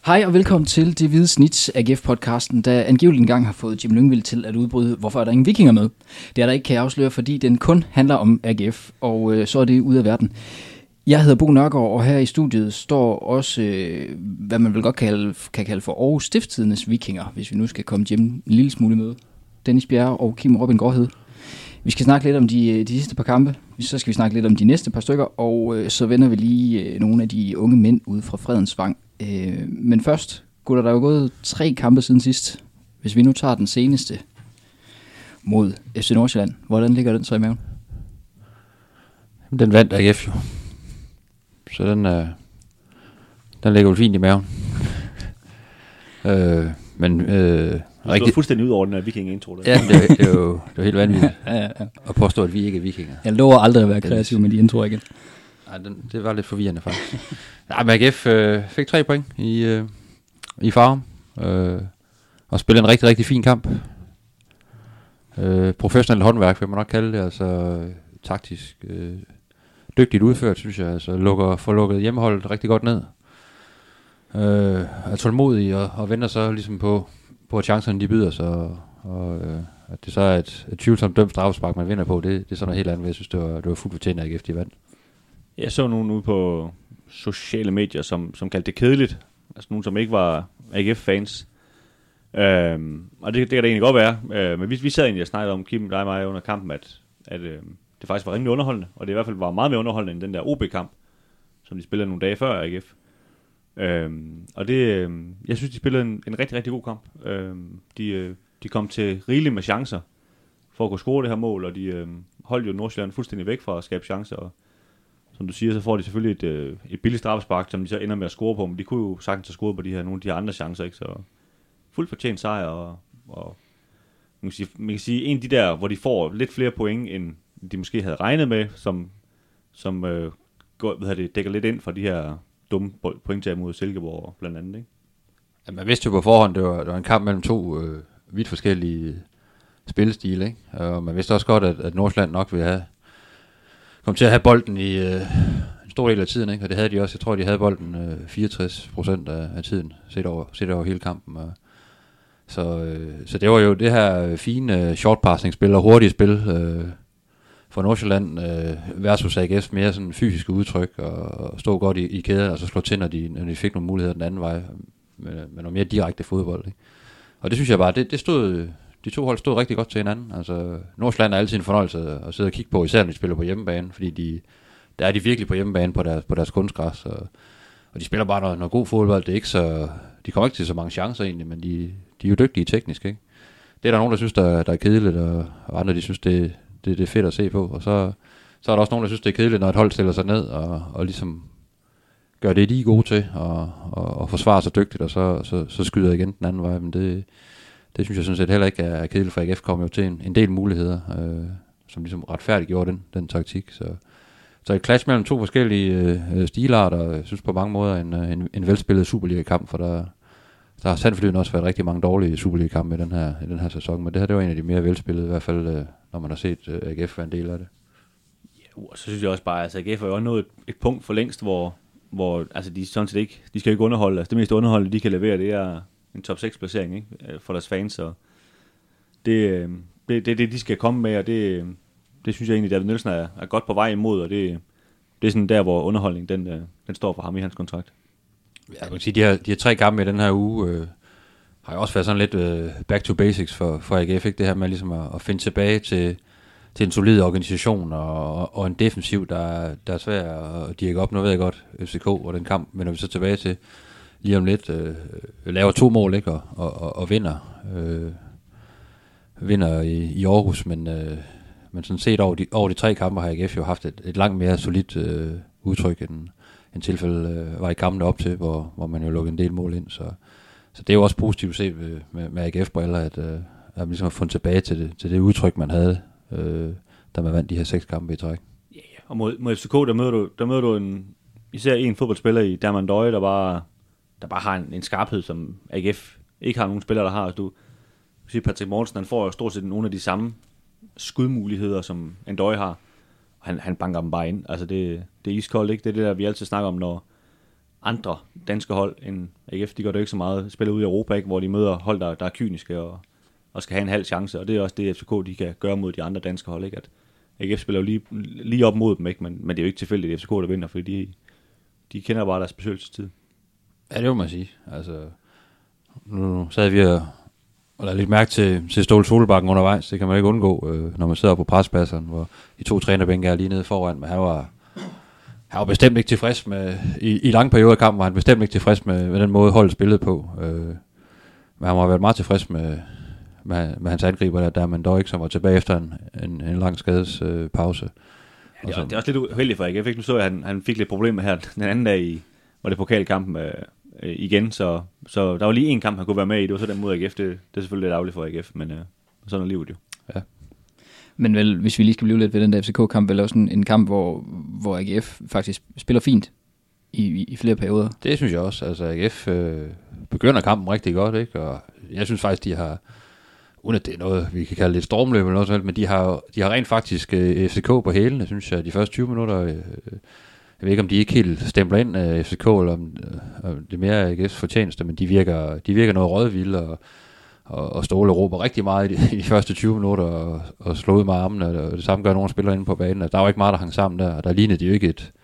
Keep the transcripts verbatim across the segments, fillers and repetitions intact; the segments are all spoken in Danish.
Hej og velkommen til Det Hvide Snit, A G F-podcasten, der angiveligt engang har fået Jim Lyngvild til at udbryde, hvorfor er der ingen vikinger med. Det er der ikke, kan jeg afsløre, fordi den kun handler om A G F, og øh, så er det ude af verden. Jeg hedder Bo Nørgaard, og her i studiet står også, øh, hvad man vel godt kalde, kan kalde for Aarhus Stiftstidendes vikinger, hvis vi nu skal komme Jim en lille smule med. Dennis Bjerre og Kim Robin Gårdhed. Vi skal snakke lidt om de, de sidste par kampe, så skal vi snakke lidt om de næste par stykker, og øh, så vender vi lige øh, nogle af de unge mænd ude fra Fredensvang. Øh, men først, gutter, der er jo gået tre kampe siden sidst. Hvis vi nu tager den seneste mod F C Nordsjælland, hvordan ligger den så i maven? Den vandt A G F jo. Så den, øh, den ligger jo fint i maven. øh, men... Øh, Du er fuldstændig ud over den her viking-intro. Ja, det, det, er jo, det er jo helt vanvittigt ja, ja, ja. at påstå, at vi ikke er vikinger. Jeg lover aldrig at være kreativ med de introer igen. Nej, den, det var lidt forvirrende faktisk. Nej, men A G F øh, fik tre point i, øh, i Farum. Øh, og spillede en rigtig, rigtig fin kamp. Øh, professionelt håndværk, vil man nok kalde det. Altså øh, taktisk øh, dygtigt udført, synes jeg. Altså lukker, får lukket hjemmeholdet rigtig godt ned. Øh, er tålmodig og, og venter så ligesom på... på at chancerne de byder sig, og, og øh, at det så er et, et tvivlsomt dømt straffespark, man vinder på, det, det er sådan noget helt andet, jeg synes, det var, det var fuldt fortjent af A G F, de vandt. Jeg så nogen ude på sociale medier, som, som kaldte det kedeligt, altså nogen, som ikke var A G F-fans, øhm, og det, det kan det egentlig godt være, øh, men vi, vi sad egentlig og snakkede om, Kim, dig og mig under kampen, at, at øh, det faktisk var rimelig underholdende, og det i hvert fald var meget mere underholdende end den der O B-kamp, som de spillede nogle dage før A G F. Øhm, og det, øh, jeg synes, de spillede en, en rigtig, rigtig god kamp. Øhm, de, øh, de kom til rigeligt med chancer for at kunne score det her mål, og de øh, holdt jo Nordsjælland fuldstændig væk fra at skabe chancer. Og som du siger, så får de selvfølgelig et, øh, et billigt straffespark, som de så ender med at score på, men de kunne jo sagtens have scoret på de her, nogle af de her andre chancer, ikke? Så fuldt fortjent sejr, og, og man, kan sige, man kan sige, en af de der, hvor de får lidt flere point, end de måske havde regnet med, som, som øh, går, hvad det, dækker lidt ind for de her dumme pointtab mod Silkeborg blandt andet, ikke? Ja, man vidste jo på forhånd, det var, det var en kamp mellem to øh, vidt forskellige spillestile, ikke? Og man vidste også godt, at, at Nordsjælland nok ville have kom til at have bolden i øh, en stor del af tiden, ikke? Og det havde de også. Jeg tror, de havde bolden øh, fireogtres procent af, af tiden, set over, set over hele kampen. Og så, øh, så det var jo det her fine øh, short-passing-spil og hurtige spil øh, for Nordsjælland øh, versus A G F's mere sådan fysiske udtryk og, og stå godt i, i kæder og så slå til, når de, når de fik nogle muligheder den anden vej med, med noget mere direkte fodbold, ikke? Og det synes jeg bare, det, det stod, de to hold stod rigtig godt til hinanden. Altså Nordsjælland er altid en fornøjelse at sidde og kigge på, især når de spiller på hjemmebane, fordi de, der er de virkelig på hjemmebane på deres, på deres kunstgræs, og, og de spiller bare noget, noget god fodbold. Det er ikke så, de kommer ikke til så mange chancer egentlig, men de, de er jo dygtige teknisk, ikke? Det er der nogen, der synes, der, der er kedeligt, og, og andre, de synes, det Det, det er fedt at se på, og så, så er der også nogen, der synes, det er kedeligt, når et hold stiller sig ned og, og ligesom gør det, de er gode til, og, og, og forsvarer sig dygtigt, og så, så, så skyder igen den anden vej. Men det, det synes jeg sådan set heller ikke er, er kedeligt, for A G F kommer jo til en, en del muligheder, øh, som ligesom retfærdiggjorde den, den taktik. Så, så et clash mellem to forskellige øh, stilarter, jeg synes på mange måder en, en, en velspillet Superliga-kamp, for der, der har sandflyden også været rigtig mange dårlige Superliga-kampe i den her, i den her sæson, men det her, det var en af de mere velspillede, i hvert fald øh, når man har set uh, A G F være en del af det. Ja, og så synes jeg også bare, at altså, A G F har jo nået et, et punkt for længst, hvor, hvor altså, de sådan set ikke, de skal ikke underholde. Altså, det meste underhold, de kan levere, det er en top seks placering, ikke? For deres fans. Og det, det, det, det, de skal komme med, og det, det synes jeg egentlig, David Nielsen er, er godt på vej imod, og det, det er sådan der, hvor underholdning, den, den står for ham i hans kontrakt. Ja, jeg kan sige, de her, de her tre kampe i den her uge, øh, har jo også været sådan lidt øh, back to basics for, for A G F, ikke? Det her med ligesom at, at finde tilbage til, til en solid organisation og, og, og en defensiv, der, der er svær at dirke op. Nu ved jeg godt, F C K og den kamp, men når vi så tilbage til lige om lidt, øh, laver to mål, ikke? Og, og, og, og vinder, øh, vinder i, i Aarhus, men, øh, men sådan set over de, over de tre kampe har A G F jo haft et, et langt mere solidt øh, udtryk, end, end tilfælde øh, var i kampene op til, hvor, hvor man jo lukkede en del mål ind, så Så det er jo også positivt at se med, med, med A G F-briller, at, øh, at man ligesom har fundet tilbage til det, til det udtryk, man havde, øh, da man vandt de her seks kampe i træk. Ja, yeah, og mod, mod F C K, der møder du, der møder du en, især en fodboldspiller i Derman Døje, der bare, der bare har en, en skarphed, som A G F ikke har nogen spillere, der har. Du siger, Patrick Mortensen, han får jo stort set nogle af de samme skudmuligheder, som en Døje har, og han, han banker dem bare ind. Altså det, det er iskoldt, ikke? Det er det der, vi altid snakker om, når andre danske hold end A G F. De gør det ikke så meget. Spiller ud i Europa, ikke, hvor de møder hold, der, der er kyniske og, og skal have en halv chance. Og det er også det, F C K de kan gøre mod de andre danske hold. Ikke? At A G F spiller jo lige, lige op mod dem, ikke? Men, men det er jo ikke tilfældigt, at F C K der vinder, fordi de, de kender bare deres besøgelsestid. Ja, det må man sige. Altså, nu sad vi og, og lavede lidt mærke til, til Ståle Solbakken undervejs. Det kan man ikke undgå, øh, når man sidder på prespladserne, hvor de to trænerbænke er lige nede foran. Men han var, han var bestemt ikke tilfreds med, i, i lange perioder af kampen var han bestemt ikke tilfreds med, med den måde holdet spillede på. Øh, men han har været meget tilfreds med, med, med hans angriber, der, der man dog ikke, som var tilbage efter en, en, en lang skadespause. Øh, ja, det, er, det er også lidt uheldigt for A G F. Nu så jeg, at han, han fik lidt problemer her den anden dag i var det pokalkampen øh, øh, igen, så, så der var lige en kamp, han kunne være med i. Det var så den mod A G F. Det, det er selvfølgelig lidt ærgerligt for A G F, men øh, sådan er livet jo. Ja. Men vel, hvis vi lige skal blive lidt ved den der F C K-kamp, vel også en, en kamp, hvor, hvor A G F faktisk spiller fint i, i, i flere perioder. Det synes jeg også. Altså A G F øh, begynder kampen rigtig godt, ikke? Og jeg synes faktisk, de har, uden at det er noget, vi kan kalde det et stormløb eller noget, men de har, de har rent faktisk øh, F C K på hælene, synes jeg, de første tyve minutter. Øh, Jeg ved ikke, om de ikke helt stempler ind af F C K, eller om øh, det er mere A G F's fortjeneste, men de virker, de virker noget rådvilde, og, og, og Ståle råber rigtig meget i de, i de første tyve minutter, og, og slår ud med armene, og det samme gør nogle spillere inde på banen. Altså, der var ikke meget, der hang sammen der, og der lignede de jo ikke et,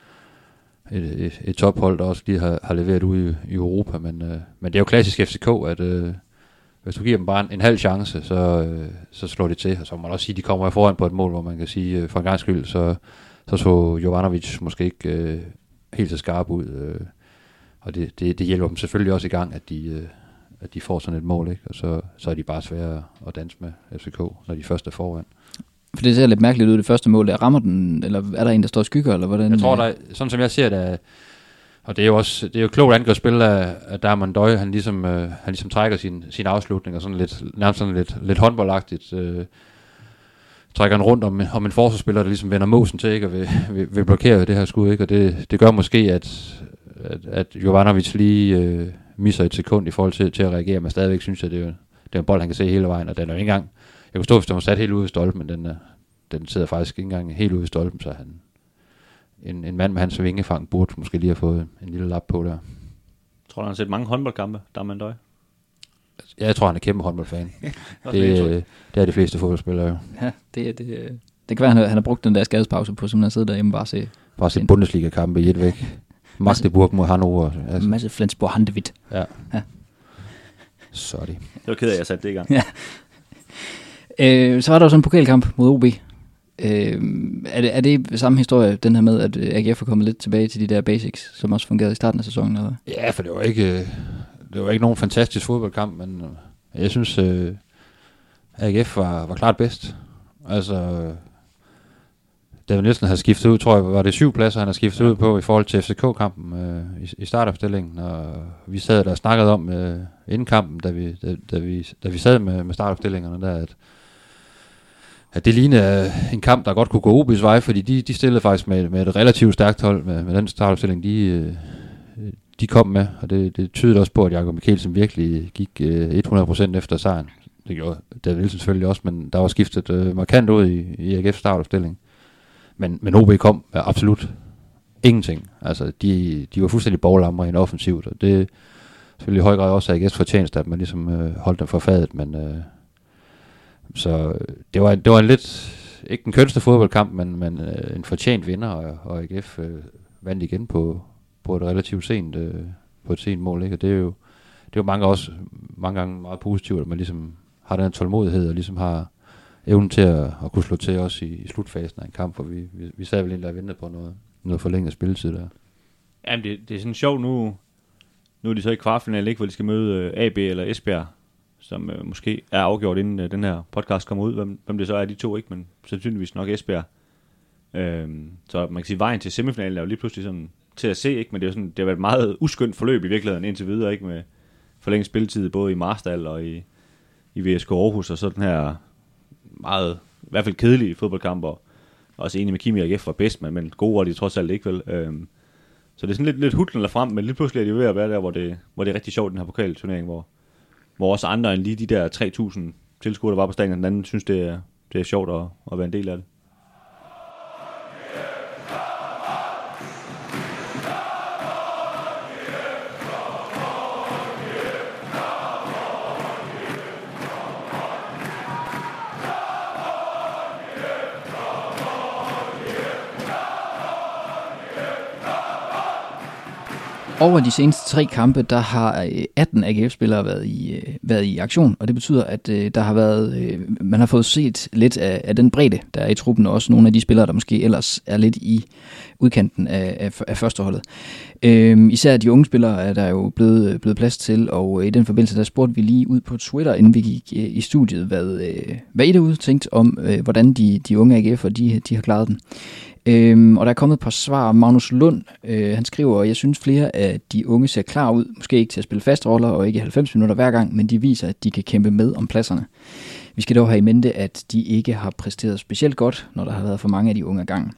et, et, et tophold, der også lige har, har leveret ude i, i Europa, men, øh, men det er jo klassisk F C K, at øh, hvis du giver dem bare en, en halv chance, så, øh, så slår de til, og så må man også sige, at de kommer foran på et mål, hvor man kan sige, øh, for en gang skyld, så så så Jovanovic måske ikke øh, helt så skarp ud, øh, og det, det, det hjælper dem selvfølgelig også i gang, at de, øh, at de får sådan et mål, ikke? Og så, så er de bare svære at danse med F C K, når de først er foran. For det ser lidt mærkeligt ud, det første mål, der rammer den, eller er der en, der står og skygger, eller hvordan? Jeg tror, der er, sådan som jeg ser det, og det er jo også det er jo klogt angrebsspil af, af Darman Døj, han ligesom, øh, han ligesom trækker sin, sin afslutning, og sådan lidt, nærmest sådan lidt, lidt håndboldagtigt, øh, trækker han rundt om, om en forsvarsspiller, der ligesom vender måsen til, ikke, og vil, vil, vil blokere det her skud, ikke, og det, det gør måske, at, at, at Jovanovic lige øh, misser et sekund i forhold til, til at reagere, men stadigvæk synes jeg, det er, det er en bold, han kan se hele vejen, og den er ikke engang, jeg kunne stå, hvis den var sat helt ude i stolpen, men den, den sidder faktisk ikke engang helt ude i stolpen, så han, en, en mand med hans vingefang burde måske lige have fået en lille lap på der. Tror du, han har set mange håndboldkampe, Darman Døj? Ja, jeg tror, han er kæmpe håndboldfan. det, det er de fleste fodboldspillere jo. Ja, det, det, det kan være, han, han har brugt den der skadespause på, som han sidder derhjemme bare se. Bare se Bundesliga-kampe i et væk. Magdeburg mod Hannover. Altså. En masse Flensborg Handewitt. Ja. ja. Sorry. Det var ked af, at jeg satte det i gang. Ja. Øh, så var der jo sådan en pokalkamp mod O B. Øh, er, det, er det samme historie, den her med, at A G F er kommet lidt tilbage til de der basics, som også fungerede i starten af sæsonen? Eller? Ja, for det var ikke... Det var ikke nogen fantastisk fodboldkamp, men jeg synes, øh, A G F var, var klart bedst. Altså, David Nielsen havde skiftet ud, tror jeg, var det syv pladser, han har skiftet ja. ud på i forhold til F C K-kampen øh, i, i startopstillingen. Og vi sad der og snakkede om øh, inden kampen, da vi, da, da vi, da vi sad med, med startopstillingerne der, at, at det lignede en kamp, der godt kunne gå O B's vej, fordi de, de stillede faktisk med, med et relativt stærkt hold med, med den startopstilling, de... Øh, de kom med, og det, det tydede også på, at Jakob Mikkelsen virkelig gik øh, hundrede procent efter sejren. Det gjorde David Nielsen selvfølgelig også, men der var skiftet øh, markant ud i, i A G F's startopstilling. Men, men O B kom med absolut ingenting. Altså, de, de var fuldstændig boglammer i en offensivt, og det er selvfølgelig i høj grad også A G F's fortjeneste, at man ligesom øh, holdt dem for fadet, men øh, så det var, det var en lidt, ikke den kønste fodboldkamp, men, men øh, en fortjent vinder, og, og A G F øh, vandt igen på på et relativt sent, øh, på et sent mål, ikke? Og det er jo, det er jo mange, også, mange gange meget positivt, at man ligesom har den tålmodighed, og ligesom har evnen til at, at kunne slå til også i, i slutfasen af en kamp, for vi, vi, vi sad vel egentlig og ventede på noget, noget forlænget spilletid der. Jamen, det, det er sådan sjovt nu, nu er de så i kvartfinalen, ikke, hvor de skal møde A B eller Esbjerg, som øh, måske er afgjort, inden øh, den her podcast kommer ud, hvem, hvem det så er, de to, ikke, men sandsynligvis nok Esbjerg. Øhm, så man kan sige, vejen til semifinalen er jo lige pludselig sådan til at se, ikke, men det er jo sådan, det har været et meget uskyndt forløb i virkeligheden indtil videre, ikke, med forlænget spilletid både i Marstal og i, i V S K Aarhus, og så den her meget, i hvert fald kedelige fodboldkamp, og også enig med Kimi og A G F var bedst, men, men gode var de trods alt ikke, vel. Øhm, så det er sådan lidt, lidt hudlen eller frem, men lige pludselig er de ved at være der, hvor det, hvor det er rigtig sjovt, den her pokalturnering, hvor, hvor også andre end lige de der tre tusind tilskuere, der var på stadion, den anden synes, det er, det er sjovt at, at være en del af det. Over de seneste tre kampe, der har atten A G F-spillere været i, været i aktion, og det betyder, at der har været, man har fået set lidt af, af den bredde, der er i truppen, og også nogle af de spillere, der måske ellers er lidt i udkanten af, af, af førsteholdet. Øhm, især de unge spillere er der jo blevet, blevet plads til, og i den forbindelse, der spurgte vi lige ud på Twitter, inden vi gik i studiet, hvad, hvad I derude tænkte om, hvordan de, de unge A G F'er, de, de har klaret den. Øhm, og der er kommet et par svar. Magnus Lund, øh, han skriver, jeg synes flere af de unge ser klar ud, måske ikke til at spille fastroller og ikke halvfems minutter hver gang, men de viser, at de kan kæmpe med om pladserne. Vi skal dog have i mente, at de ikke har præsteret specielt godt, når der har været for mange af de unge af gangen.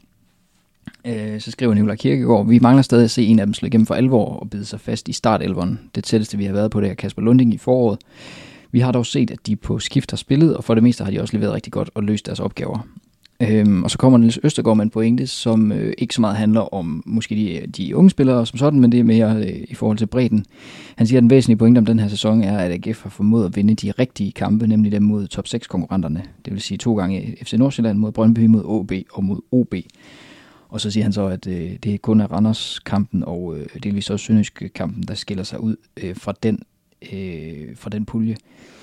Øh, så skriver Nicolai Kirkegaard, vi mangler stadig at se en af dem slå igennem for alvor og bide sig fast i startelveren. Det tætteste vi har været på det er Kasper Lunding i foråret. Vi har dog set, at de på skift har spillet, og for det meste har de også leveret rigtig godt og løst deres opgaver. Øhm, og så kommer Niels Østergaard med en pointe, som øh, ikke så meget handler om måske de, de unge spillere som sådan, men det er mere øh, i forhold til bredden. Han siger, at den væsentlige pointe om den her sæson er, at A G F har formået at vinde de rigtige kampe, nemlig dem mod top seks konkurrenterne. Det vil sige to gange F C Nordsjælland mod Brøndby, mod O B og mod O B. Og så siger han så, at øh, det kun er Randers-kampen og øh, delvis også Sønderjysk-kampen, der skiller sig ud øh, fra, den, øh, fra den pulje.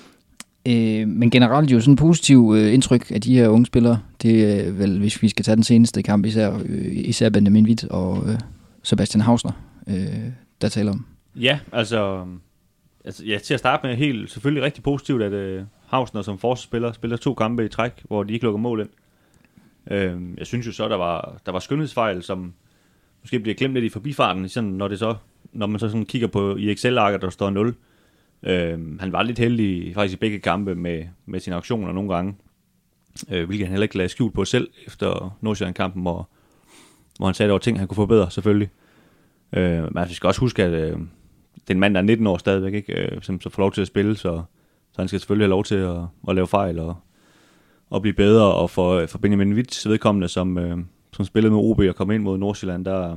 Øh, men generelt jo sådan en positiv øh, indtryk af de her unge spillere. Det er vel, hvis vi skal tage den seneste kamp, især, øh, især Benjamin Witt og øh, Sebastian Hausner, øh, der taler om. Ja, altså, altså ja, til at starte med helt selvfølgelig rigtig positivt, at øh, Hausner som forsvarsspiller spiller to kampe i træk, hvor de ikke lukker mål ind. Øh, jeg synes jo så, der var, der var skønhedsfejl, som måske bliver glemt lidt i forbifarten, sådan, når, det så, når man så sådan kigger på i Excel-arket, der står nul. Øh, han var lidt heldig faktisk i begge kampe med, med sine aktioner nogle gange, øh, hvilket han heller ikke lagde skjult på selv efter Nordsjælland-kampen, hvor, hvor han sagde, at der var ting, han kunne forbedre selvfølgelig. Øh, men altså, vi skal også huske, at øh, det er en mand, der er nitten år stadigvæk, ikke? Øh, som så får lov til at spille, så, så han skal selvfølgelig have lov til at, at lave fejl og, og blive bedre. Og for, for Benjamin Witts vedkommende, som, øh, som spillede med O B og kom ind mod Nordsjælland, der...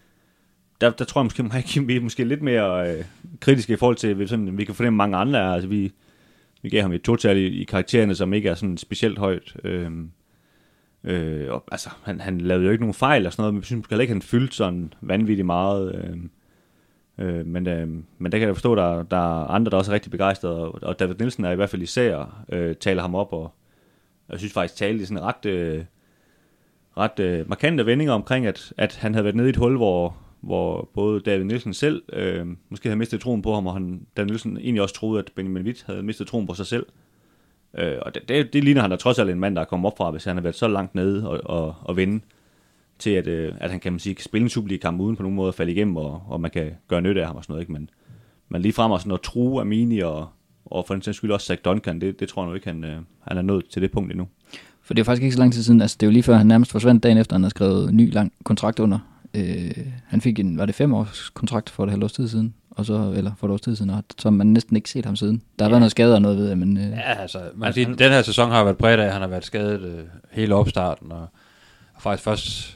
Der, der tror jeg måske, måske, vi er måske lidt mere øh, kritiske i forhold til, sådan, vi kan fornemme mange andre er. Altså, vi, vi gav ham et total i, i karaktererne, som ikke er sådan specielt højt. Øh, øh, og, altså, han, han lavede jo ikke nogen fejl og sådan noget, men jeg synes måske heller ikke, han fyldte sådan vanvittigt meget. Øh, øh, men, øh, men der kan jeg forstå, at der, der er andre, der også er rigtig begejstrede, og, og David Nielsen er i hvert fald især, øh, taler ham op, og jeg synes faktisk, talte i sådan ret, øh, ret øh, markante vendinger omkring, at, at han havde været nede i et hul, hvor hvor både David Nielsen selv øh, måske havde mistet troen på ham, og han, David Nielsen egentlig også troede, at Benjamin Witt havde mistet troen på sig selv. Øh, og det, det, det ligner han da trods alt en mand, der er kommet op fra, hvis han har været så langt nede og, og, og vinde, til at, øh, at han kan man sige, kan spille en Superliga-kamp uden på nogen måde at falde igennem, og, og man kan gøre nytte af ham og sådan noget. Ikke? Men, men lige frem og sådan at true Amini og, og for den sags skyld også Zach Duncan, det, det tror jeg nu ikke, han, øh, han er nået til det punkt endnu. For det er faktisk ikke så lang tid siden, altså det er jo lige før han nærmest forsvandt dagen efter, han havde skrevet ny lang kontrakt under. Øh, han fik en, var det fem års kontrakt for et halvt års tid siden, og så, eller for et års tid siden, og så har man næsten ikke set ham siden. Der har ja. været noget skade og noget ved det, men... Øh, ja, altså, man altså, siger, den her sæson har været præget af, at han har været skadet øh, hele opstarten, og, og faktisk først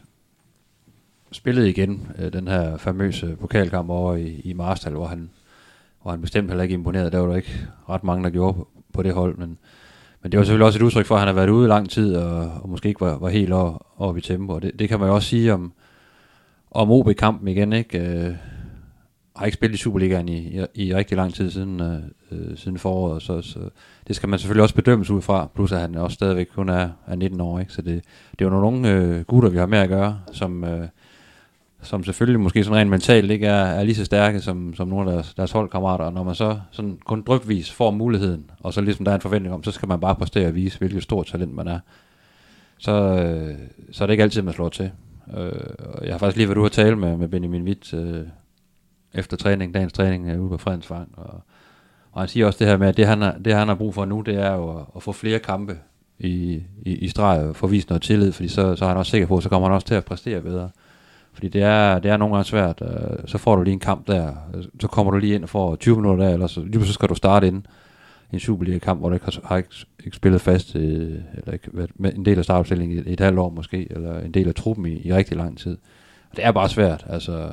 spillet igen øh, den her famøse pokalkamp over i, i Marstal, hvor han, hvor han bestemt heller ikke imponeret. Der var der ikke ret mange, der gjorde på, på det hold, men, men det var selvfølgelig også et udtryk for, at han har været ude i lang tid, og, og måske ikke var, var helt over, over i tempo, og det, det kan man jo også sige om om O B-kampen igen, ikke? Øh, har ikke spillet i Superligaen i, i, i rigtig lang tid siden, øh, siden foråret, så, så det skal man selvfølgelig også bedømmes ud fra, plus at han også stadigvæk kun er, er nitten år, ikke? Så det, det er jo nogle unge øh, gutter, vi har med at gøre, som, øh, som selvfølgelig måske sådan rent mentalt ikke er, er lige så stærke som, som nogle af deres, deres holdkammerater, og når man så sådan kun drypvis får muligheden, og så ligesom der er en forventning om, så skal man bare præstere og vise, hvilket stort talent man er, så, øh, så er det ikke altid, man slår til. Uh, jeg har faktisk lige været ude at tale med, med Benjamin Witt uh, efter træning, dagens træning uh, ude på Fredensvang, og, og han siger også det her med, at det han, har, det han har brug for nu, det er jo at, at få flere kampe i, i, i streg og få vist noget tillid, fordi så, så er han også sikker på, så kommer han også til at præstere bedre, fordi det er, det er nogle gange svært. Uh, så får du lige en kamp der, så kommer du lige ind og får tyve minutter der, eller så, lige så skal du starte ind i en Superliga-kamp, hvor du ikke har, har ikke, ikke spillet fast, øh, eller ikke været med en del af startopstillingen i et halvt år måske, eller en del af truppen i, i rigtig lang tid. Og det er bare svært, altså, øh,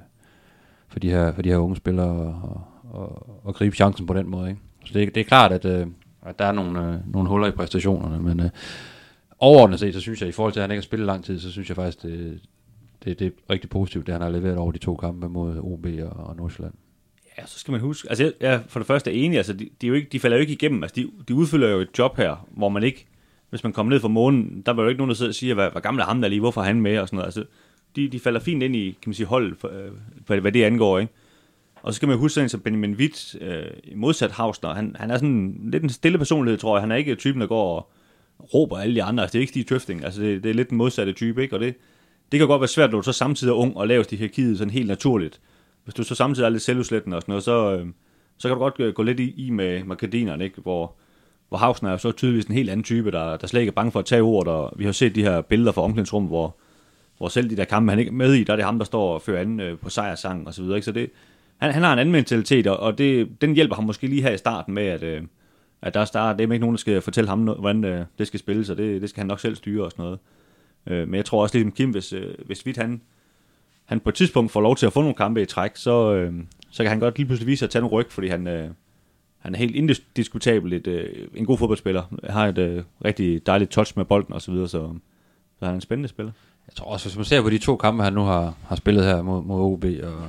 for, de her, for de her unge spillere og, og, og gribe chancen på den måde, ikke? Så det, det er klart, at, øh, at der er nogle, øh, nogle huller i præstationerne, men øh, overordnet set, så synes jeg, i forhold til at han ikke har spillet lang tid, så synes jeg faktisk, det, det, det er rigtig positivt, det han har leveret over de to kampe mod O B og, og Nordsjælland. Ja, så skal man huske, altså jeg er for det første enig, altså de, de, er jo ikke, de falder jo ikke igennem, altså de, de udfylder jo et job her, hvor man ikke, hvis man kommer ned fra månen, der var jo ikke nogen, der sidder og siger, hvad, hvad gammel er ham der lige, hvorfor er han med og sådan noget, altså de, de falder fint ind i, kan man sige, hold, for, øh, hvad, hvad det angår, ikke? Og så skal man huske sådan, som Benjamin Witt, øh, modsat Hausner, han, han er sådan lidt en stille personlighed, tror jeg, han er ikke typen, der går og råber alle de andre, altså det er ikke Stig Tøfting, altså det, det er lidt den modsatte type, ikke? Og det, det kan godt være svært, når du så samtidig er ung og laver de hierarkiet sådan helt naturligt. Hvis du så samtidig er lidt selvudslættende og sådan noget, så, øh, så kan du godt gå lidt i, i med, med gardinerne, ikke? Hvor, hvor Hausner er så tydeligvis en helt anden type, der, der slet ikke er bange for at tage ordet, og vi har set de her billeder fra omklædningsrum, hvor, hvor selv de der kampe, han ikke er med i, der er det ham, der står og fører an øh, på sejrssang og så videre, ikke? Så det, han, han har en anden mentalitet, og, og det, den hjælper ham måske lige her i starten med, at, øh, at der starter, det er ikke nogen, der skal fortælle ham, hvordan øh, det skal spilles, og det, det skal han nok selv styre og sådan noget. Øh, men jeg tror også, ligesom Kim, hvis, øh, hvis Witt, han han på et tidspunkt får lov til at få nogle kampe i træk, så, øh, så kan han godt lige pludselig vise at tage nogle ryg, fordi han, øh, han er helt indiskutabel et, øh, en god fodboldspiller. Han har et øh, rigtig dejligt touch med bolden og så videre, så, så han er en spændende spiller. Jeg tror også, hvis man ser på de to kampe, han nu har, har spillet her mod, mod O B og,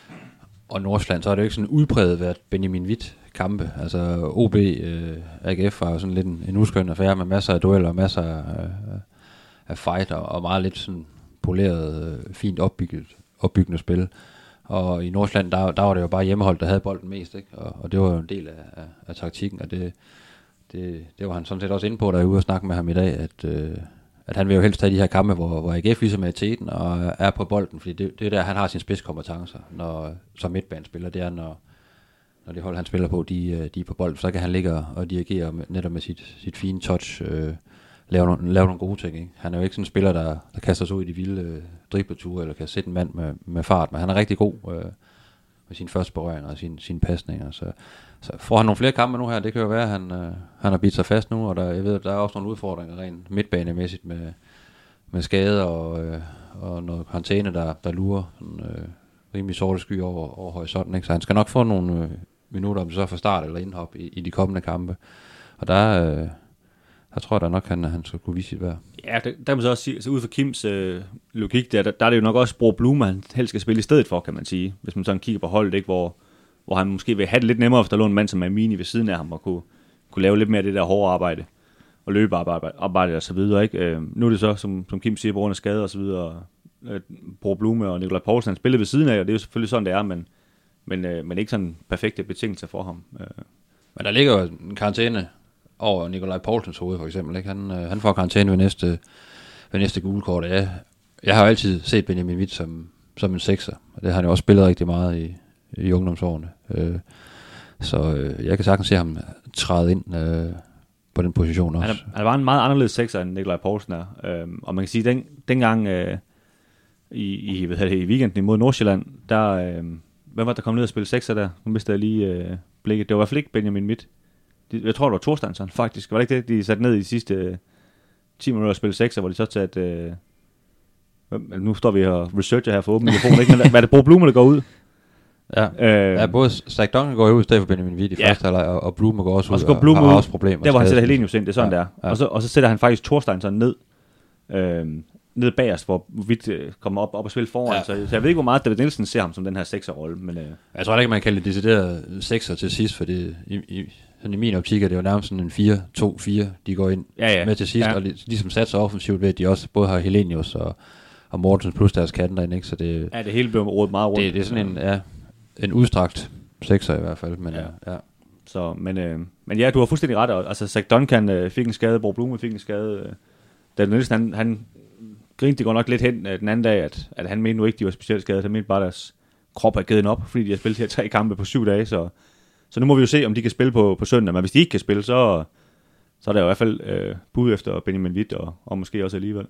og Nordsjælland, så er det jo ikke sådan udpræget været Benjamin Witt kampe. Altså O B, øh, A G F var jo sådan lidt en, en uskøn affære med masser af dueller, masser af, af fight og, og meget lidt sådan poleret, fint opbygget, opbyggende spil. Og i Nordsjælland, der, der var det jo bare hjemmeholdt, der havde bolden mest, ikke? Og, og det var jo en del af, af, af taktikken, og det, det, det var han sådan set også inde på, der er ude og snakke med ham i dag, at, øh, at han vil jo helst have de her kampe, hvor, hvor A G F ligesom er i teten og er på bolden, fordi det, det er der, han har sine spidskompetencer, når, som midtbanespiller, det er, når, når det hold, han spiller på, de, de er på bolden, så kan han ligge og, og dirigere med, netop med sit, sit fine touch, øh, lave nogle, lave nogle gode ting, ikke? Han er jo ikke sådan en spiller, der, der kaster sig ud i de vilde øh, dribleture, eller kan sætte en mand med, med fart, men han er rigtig god øh, med sine første berøringer og sine, sine pasninger. Så, så får han nogle flere kampe nu her, det kan jo være, at han, øh, han har bidt sig fast nu, og der, jeg ved, der er også nogle udfordringer rent midtbanemæssigt med, med skader og, øh, og noget karantæne, der, der lurer sådan, øh, rimelig sorte sky over, over horisonten, ikke? Så han skal nok få nogle øh, minutter, om det så er fra start eller indhop i, i de kommende kampe. Og der øh, Jeg tror da nok, han, han skal kunne vise sit værd. Ja, der, der kan man så også sige, altså ud fra Kims øh, logik, der, der, der er det jo nok også Bro Blume, han helst skal spille i stedet for, kan man sige. Hvis man sådan kigger på holdet, ikke, hvor, hvor han måske vil have det lidt nemmere, hvis der lå en mand som Amini ved siden af ham, og kunne, kunne lave lidt mere af det der hårde arbejde, og løbearbejde arbejde og så videre. Ikke? Øh, nu er det så, som, som Kim siger, på grund af skade og så videre, øh, Bro Blume og Nikolaj Poulsen, han spillede ved siden af, og det er jo selvfølgelig sådan, det er, men, men, øh, men ikke sådan perfekte betingelser for ham. Øh. Men der ligger jo en karantæne over Nikolaj Poulsens hoved, for eksempel. Ikke? Han, øh, han får karantæne ved næste, ved næste gule kort. Jeg, jeg har jo altid set Benjamin Witt som, som en sekser, og det har han jo også spillet rigtig meget i, i ungdomsårene. Øh, så øh, jeg kan sagtens se ham træde ind øh, på den position også. Han, er, han var en meget anderledes sekser, end Nikolaj Poulsen er. Øh, og man kan sige, den, dengang øh, i, i, hvad det, i weekenden imod Nordsjælland, der, øh, hvem var der kom ned og spille sekser der? Nu mistede jeg lige øh, blikket. Det var i hvert fald ikke Benjamin Witt. Jeg tror, det var Thorsteinsson, faktisk. Var det ikke det, de satte ned i de sidste øh, ti minutter og spille sekser, hvor de så satte... Øh, nu står vi og researcher her for åben mikrofon, ikke? Men hvad er det Bro Blume, der går ud? Ja, øh, ja både Zach Duncan går ud i stedet for Benjamin Witt i ja. første halvleg, og, og Blume går også og ud, så går Blume og har ud, også problemer. Der hvor han sætter Helenius ind, det er sådan, ja, der. Ja. Og, så, og så sætter han faktisk Thorsteinsson ned, øh, ned bagerst, hvor Witt øh, kommer op, op og spiller foran. Ja. Så, så jeg ved ikke, hvor meget David Nielsen ser ham som den her sekser-rolle. Men, øh. Jeg tror ikke, man kan kalde det decideret sekser til sidst, for det, i, i, sådan i min optik er det jo nærmest sådan en fire to fire, de går ind ja, ja. med til sidst, ja. og ligesom sat sig offensivt ved, at de også både har Helenius og, og Mortens plus deres kanter ind, ikke? Så det, ja, det hele bliver rådet meget rundt. Det, det er sådan en, ja, en udstrakt sekser i hvert fald, men ja. ja. Så, men, øh, men ja, du har fuldstændig ret. Altså, Zach Duncan øh, fik en skade, Bro Blume fik en skade. Øh, David Nielsen, han, han grinte går nok lidt hen øh, den anden dag, at, at han mente nu ikke, de var specielt skadet. Han mente bare, at deres krop er givet op, fordi de har spillet de her tre kampe på syv dage. Så, så nu må vi jo se, om de kan spille på, på søndag. Men hvis de ikke kan spille, så, så er der i hvert fald øh, bud efter Benjamin Witt, og, og måske også alligevel.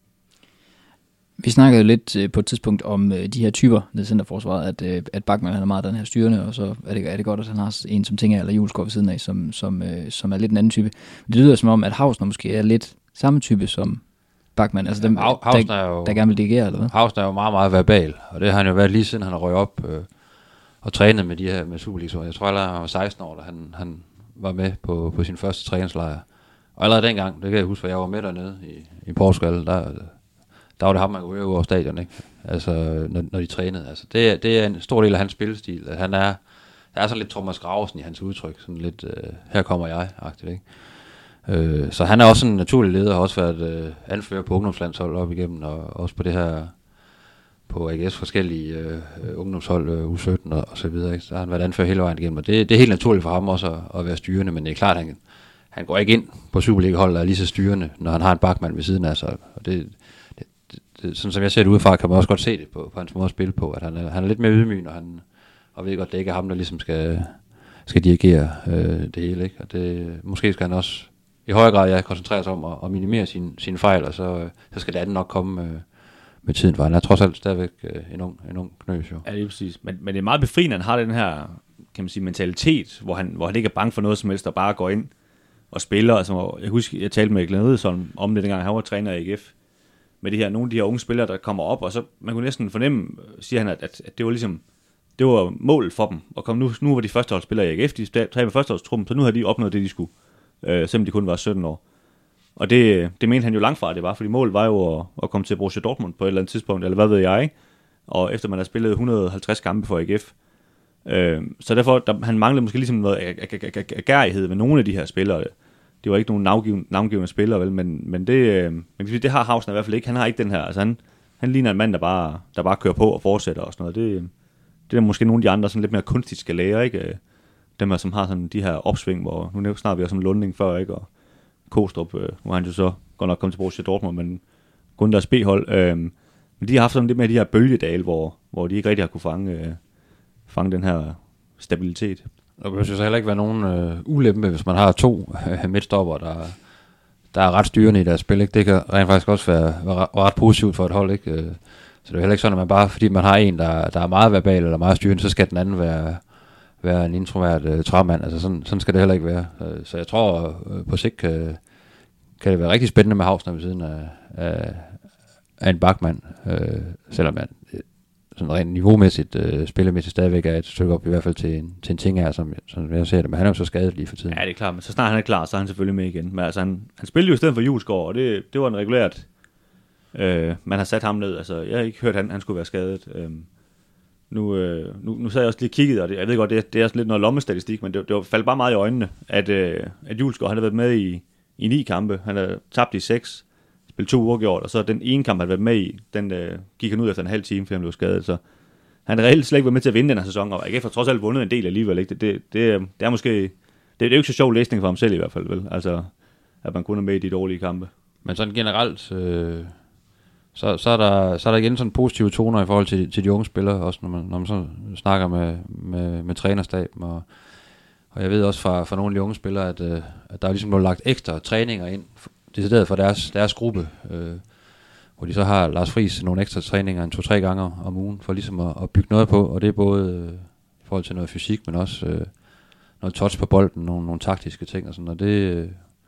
Vi snakkede lidt øh, på et tidspunkt om øh, de her typer nede i centerforsvaret, at, øh, at Bachmann han er meget den her styrende, og så er det, er det godt, at han har en som Tinger eller Julesgaard ved siden af, som, som, øh, som er lidt en anden type. Det lyder som om, at Hausner måske er lidt samme type som Bachmann, altså dem, ja, der, er jo, der gerne vil dirigere, eller hvad? Hausner er jo meget, meget verbal, og det har han jo været lige siden han har røget op øh, og trænet med de her med Superliga. Jeg tror allerede, han var seksten år, da han, han var med på, på sin første træningslejr. Og allerede dengang, det kan jeg huske, for jeg var med dernede i, i Portugal, der... Der var det ham, man kunne høre over stadion, ikke? altså, når, når de trænede. Altså, det, er, det er en stor del af hans spillestil. At han er, der er sådan lidt Thomas Gravesen i hans udtryk. Sådan lidt, øh, her kommer jeg-agtigt, ikke? Øh, så han er også en naturlig leder, har også været øh, anfører på ungdomslandshold op igennem, og også på det her, på A G F's forskellige øh, ungdomshold, øh, U sytten og, og så videre, ikke? Så har han været anfører hele vejen igennem, og det, det er helt naturligt for ham også at, at være styrende, men det er klart, at han, han går ikke ind på Superliga-holdet og er lige så styrende, når han har en bakmand ved siden af sig, og det, det, det, det, sådan som jeg ser det udefra, kan man også godt se det på, på hans måde at spille på, at han er, han er lidt mere ydmyg, og han og ved godt, det ikke er ham, der ligesom skal, skal dirigere øh, det hele, ikke? Og det, måske skal han også i højere grad ja, koncentrere sig om at, at minimere sine, sine fejl, og så, så skal det andet nok komme øh, med tiden, for han er trods alt stadigvæk øh, en, ung, en ung knøs, jo. Ja, det er præcis. Men, men det er meget befriende, at han har den her, kan man sige, mentalitet, hvor han, hvor han ikke er bange for noget som helst, og bare går ind og spiller. Altså, jeg husker, jeg talte med Glenn Riddersholm om det, dengang han var træner i A G F, med de her, nogle af de her unge spillere, der kommer op, og så man kunne næsten fornemme, siger han, at, at, at det var ligesom, det var målet for dem, og kom nu, nu var de førsteholdsspillere i A G F, de træner med førsteholdstruppen, så nu havde de opnået det, de skulle, øh, selvom de kun var sytten år. Og det, det mente han jo langt fra, det var, fordi målet var jo at, at komme til Borussia Dortmund på et eller andet tidspunkt, eller hvad ved jeg, ikke? Og efter man har spillet et hundrede og halvtreds kampe for A G F. Øh, så derfor, der, han manglede måske ligesom noget agerighed ved nogle af de her spillere. Det var ikke nogen navngivende, navngivende spillere, vel, men, men det, men det har Hausen i hvert fald ikke. Han har ikke den her, altså han, han ligner en mand, der bare, der bare kører på og fortsætter og sådan noget. Det, det er måske nogle af de andre sådan lidt mere kunstigt skal lære, ikke? Dem her, som har sådan de her opsving, hvor nu snart vi har sådan Lunding før, ikke? Og Kostrup, øh, hvor han jo så godt nok kom til Borussia Dortmund, men kun deres B-hold. Øh, men de har haft sådan lidt mere de her bølgedale, hvor, hvor de ikke rigtig har kunne fange, øh, fange den her stabilitet. Og det synes heller ikke være nogen øh, ulempe, hvis man har to øh, midtstopper, der, der er ret styrende i deres spil, ikke? Det kan rent faktisk også være, være ret positivt for et hold, ikke? Så det er heller ikke sådan, at man bare, fordi man har en, der, der er meget verbal eller meget styrende, så skal den anden være, være en introvert øh, træmand. Altså sådan, sådan skal det heller ikke være. Så jeg tror, øh, på sigt kan, kan det være rigtig spændende med Hausner ved siden af, af, af en bakmand, øh, selvom man sådan rent niveaumæssigt, øh, spillemæssigt stadigvæk er et stykke op, i hvert fald til en, til en ting her, som, som jeg ser det, men han er jo så skadet lige for tiden. Ja, det er klart, men så snart han er klar, så er han selvfølgelig med igen. Men altså, han, han spillede jo i stedet for Julesgaard, og det, det var en regulært, øh, man har sat ham ned. Altså, jeg har ikke hørt, at han, han skulle være skadet. Øh, nu, øh, nu, nu sad jeg også lige kigget, og det, jeg ved godt, det, det er lidt noget lommestatistik, men det, det faldt bare meget i øjnene, at, øh, at Julesgaard, han har været med i, i ni kampe, han har tabt i seks, spillet to uafgjort, og så den ene kamp, han har været med i, den øh, gik han ud efter en halv time, fordi han blev skadet, så han har reelt slet ikke været med til at vinde den her sæson, og A G F har trods alt vundet en del alligevel, ikke? Det, det, det, det er måske, det, det er jo ikke så sjov læsning for ham selv i hvert fald, vel? Altså, at man kun er med i de dårlige kampe. Men sådan generelt, øh, så, så, er der, så er der igen sådan positive toner i forhold til, til de unge spillere, også når man, når man så snakker med, med, med trænerstaben, og, og jeg ved også fra, fra nogle af de unge spillere, at, øh, at der er ligesom blevet lagt ekstra træninger ind, decideret for deres, deres gruppe, øh, hvor de så har Lars Friis nogle ekstra træninger en to-tre gange om ugen, for ligesom at, at bygge noget på, og det er både øh, i forhold til noget fysik, men også øh, noget touch på bolden, nogle, nogle taktiske ting og sådan, og det, øh,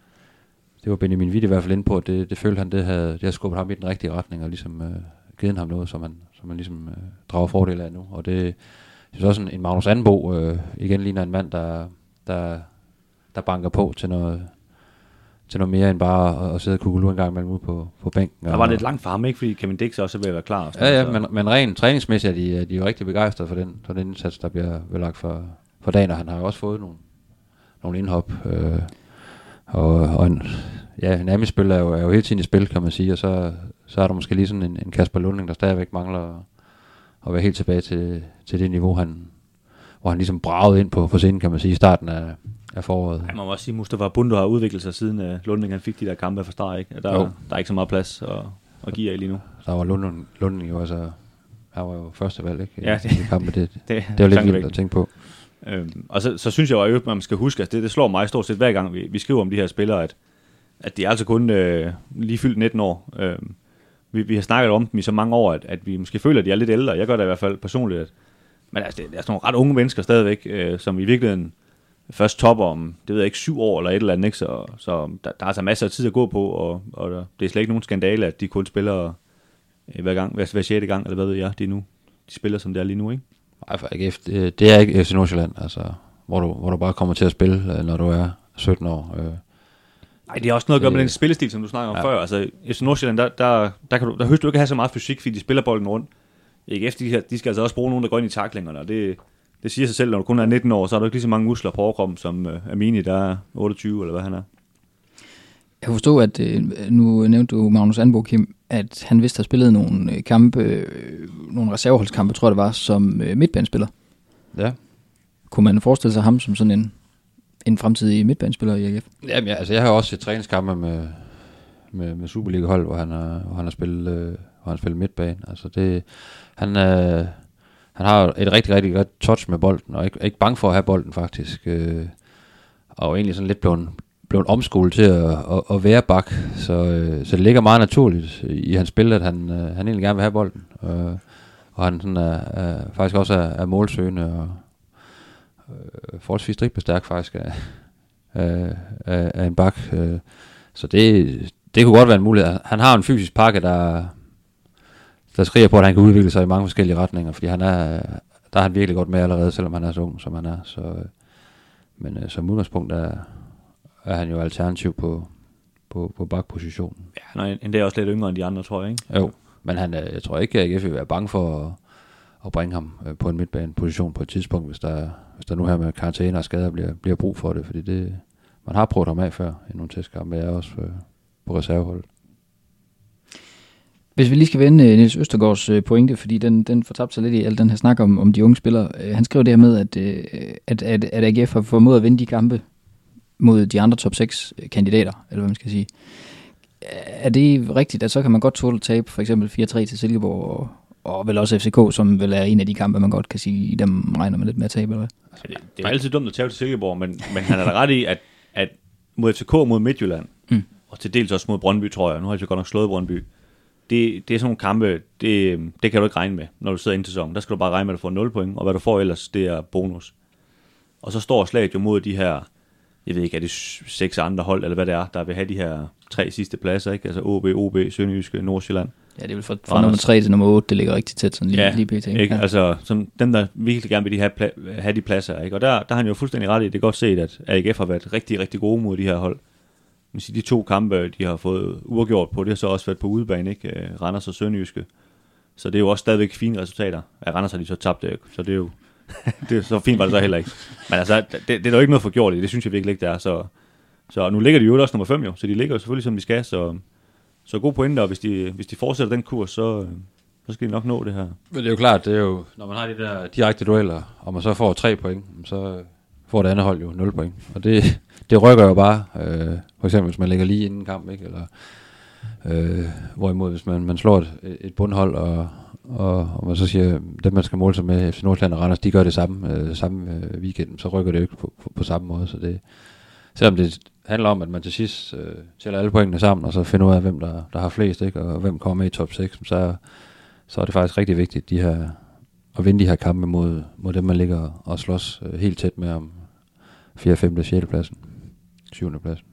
det var Benjamin Witt i hvert fald inde på, at det, det følte han, det havde, det havde skubbet ham i den rigtige retning, og ligesom øh, givet ham noget, som man, som man ligesom øh, drager fordel af nu, og det er også en, en Magnus Anbo, øh, igen ligner en mand, der, der, der banker på til noget, til noget mere end bare at, at sidde og kugle en gang imellem ude på, på bænken. Der var lidt langt for ham, ikke? Fordi Kevin Dix også er ved at være klar. Ja, ja, men, men rent træningsmæssigt er de, er de jo rigtig begejstrede for den, for den indsats, der bliver lagt for, for dagen, og han har jo også fået nogle, nogle indhop. Øh, og, og en, ja, en Ami-spil er jo, er jo hele tiden i spil, kan man sige, og så, så er der måske lige sådan en, en Kasper Lunding, der stadigvæk mangler at være helt tilbage til, til det niveau, han, hvor han ligesom bragede ind på, på scenen, kan man sige, i starten af af foråret. Ja, man må også sige, at Mustafa Bundu har udviklet sig siden uh, Lunding han fik de der kampe fra start, ikke? Der, der er ikke så meget plads at, at give af lige nu. Der var Lunding, Lunding jo altså, han var jo første valg, ikke? Ja, det, I kampen, det, det, det, det var lidt vildt at tænke på. Øhm, og så, så synes jeg jo, at man skal huske, at det, det slår mig stort set hver gang, vi, vi skriver om de her spillere, at, at de er altså kun øh, lige fyldt nitten år. Øhm, vi, vi har snakket om dem i så mange år, at, at vi måske føler, at de er lidt ældre. Jeg gør det i hvert fald personligt. At, men altså, det, det er sådan nogle ret unge mennesker stadigvæk, øh, som i virkeligheden først topper om, det ved jeg ikke, syv år eller et eller andet, ikke? Så, så der, der er altså masser af tid at gå på, og, og der, det er slet ikke nogen skandale, at de kun spiller øh, hver gang, hver, hver sjette gang, eller hvad ved jeg, de nu, de spiller som det er lige nu, ikke? Nej, for A G F, det, det er ikke F C Nordsjælland, altså, hvor du, hvor du bare kommer til at spille, når du er sytten år. Øh. Nej, det er også noget at gøre med den spillestil, som du snakker om ja. før. Altså, i F C Nordsjælland, der, der, der, kan du, der højst du ikke have så meget fysik, fordi de spiller bolden rundt. A G F, de, de skal altså også bruge nogen, der går ind i taklingerne, og det, det siger sig selv, når du kun er nitten år, så har du ikke lige så mange muskler på overkroppen, som uh, Amini, der er otteogtyve, eller hvad han er. Jeg kan forstå, at øh, nu nævnte du Magnus Anbo, Kim, at han vist har spillet nogle kampe, øh, nogle reserveholdskampe, tror jeg det var, som øh, midtbanespiller. Ja. Kunne man forestille sig ham som sådan en, en fremtidig midtbanespiller i A G F? Jamen, ja, altså jeg har også set træningskampe med, med, med Superliga-hold, hvor han har, hvor han har spillet, øh, hvor han har spillet midtbane. Altså det, han, øh, han har et rigtig, rigtig godt touch med bolden, og ikke, ikke bange for at have bolden faktisk. Øh, og egentlig sådan lidt blevet, blevet omskolet til at, at, at være bak, så, øh, så det ligger meget naturligt i hans spil, at han, øh, han egentlig gerne vil have bolden. Øh, og han sådan er, er, faktisk også er, er målsøgende og øh, forholdsvis dribelstærk faktisk af, af, af, af en bak. Øh, så det, det kunne godt være en mulighed. Han har en fysisk pakke, der, der skriger på, at han kan udvikle sig i mange forskellige retninger, fordi han er, der er han virkelig godt med allerede, selvom han er så ung, som han er. Så, øh, men øh, som udgangspunkt er, er han jo alternativ på, på, på bakpositionen. Ja, han er endda også lidt yngre end de andre, tror jeg, ikke? Jo, men han, jeg tror ikke, at A G F vil være bange for at, at bringe ham på en midtbaneposition på et tidspunkt, hvis der, hvis der nu her med karantæne og skader bliver, bliver brug for det, fordi det, man har prøvet ham af før i nogle testkampe, jeg er også på reserveholdet. Hvis vi lige skal vende Niels Østergaards pointe, fordi den, den fortabte sig lidt i al den her snak om, om de unge spillere. Han skrev det her med, at, at, at, at A G F har formået at vinde de kampe mod de andre top seks kandidater, eller hvad man skal sige. Er det rigtigt, at så kan man godt tåle at tabe for eksempel fire tre til Silkeborg, og, og vel også F C K, som vel er en af de kampe, man godt kan sige, dem regner man lidt med at tabe, eller hvad? Ja, det, det er altid dumt at tabe til Silkeborg, men, men han er da ret i, at, at mod F C K mod Midtjylland, mm. og til dels også mod Brøndby, tror jeg, nu har jeg så godt nok slået Brøndby, det, det er sådan nogle kampe, det, det kan du ikke regne med, når du sidder ind til sæsonen. Der skal du bare regne med, at du får nul point, og hvad du får ellers, det er bonus. Og så står slaget jo mod de her, jeg ved ikke, er det seks andre hold, eller hvad det er, der vil have de her tre sidste pladser, ikke? Altså O B, O B, Sønderjyske, Nordsjælland. Ja, det er vel fra, fra nummer tre til nummer otte, det ligger rigtig tæt, sådan lige, ja, lige pt. Ikke? Ja. Altså, som dem, der virkelig gerne vil de have, pla- have de pladser, ikke? Og der, der har han jo fuldstændig ret i, det er godt set, at A G F har været rigtig, rigtig gode mod de her hold. Man siger, de to kampe, de har fået uafgjort på, det har så også været på udebane, ikke? Randers og Sønderjyske. Så det er jo også stadigvæk fine resultater. Af Randers har de så tabt det, så det er jo det er så fint var det så heller ikke. Men altså, det, det er jo ikke noget forgjort i, det synes jeg virkelig ikke, det er. Så, så nu ligger de jo også nummer fem jo, så de ligger jo selvfølgelig, som de skal, så, så god pointe, og hvis de, hvis de fortsætter den kurs, så, så skal de nok nå det her. Men det er jo klart, det er jo, når man har de der direkte dueller, og man så får tre point, så får det andet hold jo nul point. Og det, det rykker jo bare, øh, for eksempel hvis man ligger lige inden kamp, ikke? Eller øh, hvorimod hvis man, man slår et, et bundhold, og Og, og man så siger, dem man skal måle sig med, F C Nordsjælland og Randers, de gør det samme, øh, samme øh, weekend, så rykker det jo ikke på, på, på samme måde. Så det, selvom det handler om, at man til sidst øh, tæller alle pointene sammen, og så finder ud af, hvem der, der har flest, ikke, og hvem kommer med i top seks, så, så er det faktisk rigtig vigtigt de her, at vinde de her kampe mod, mod dem, man ligger og slås øh, helt tæt med om fjerde, femte, sjette pladsen, syvende pladsen.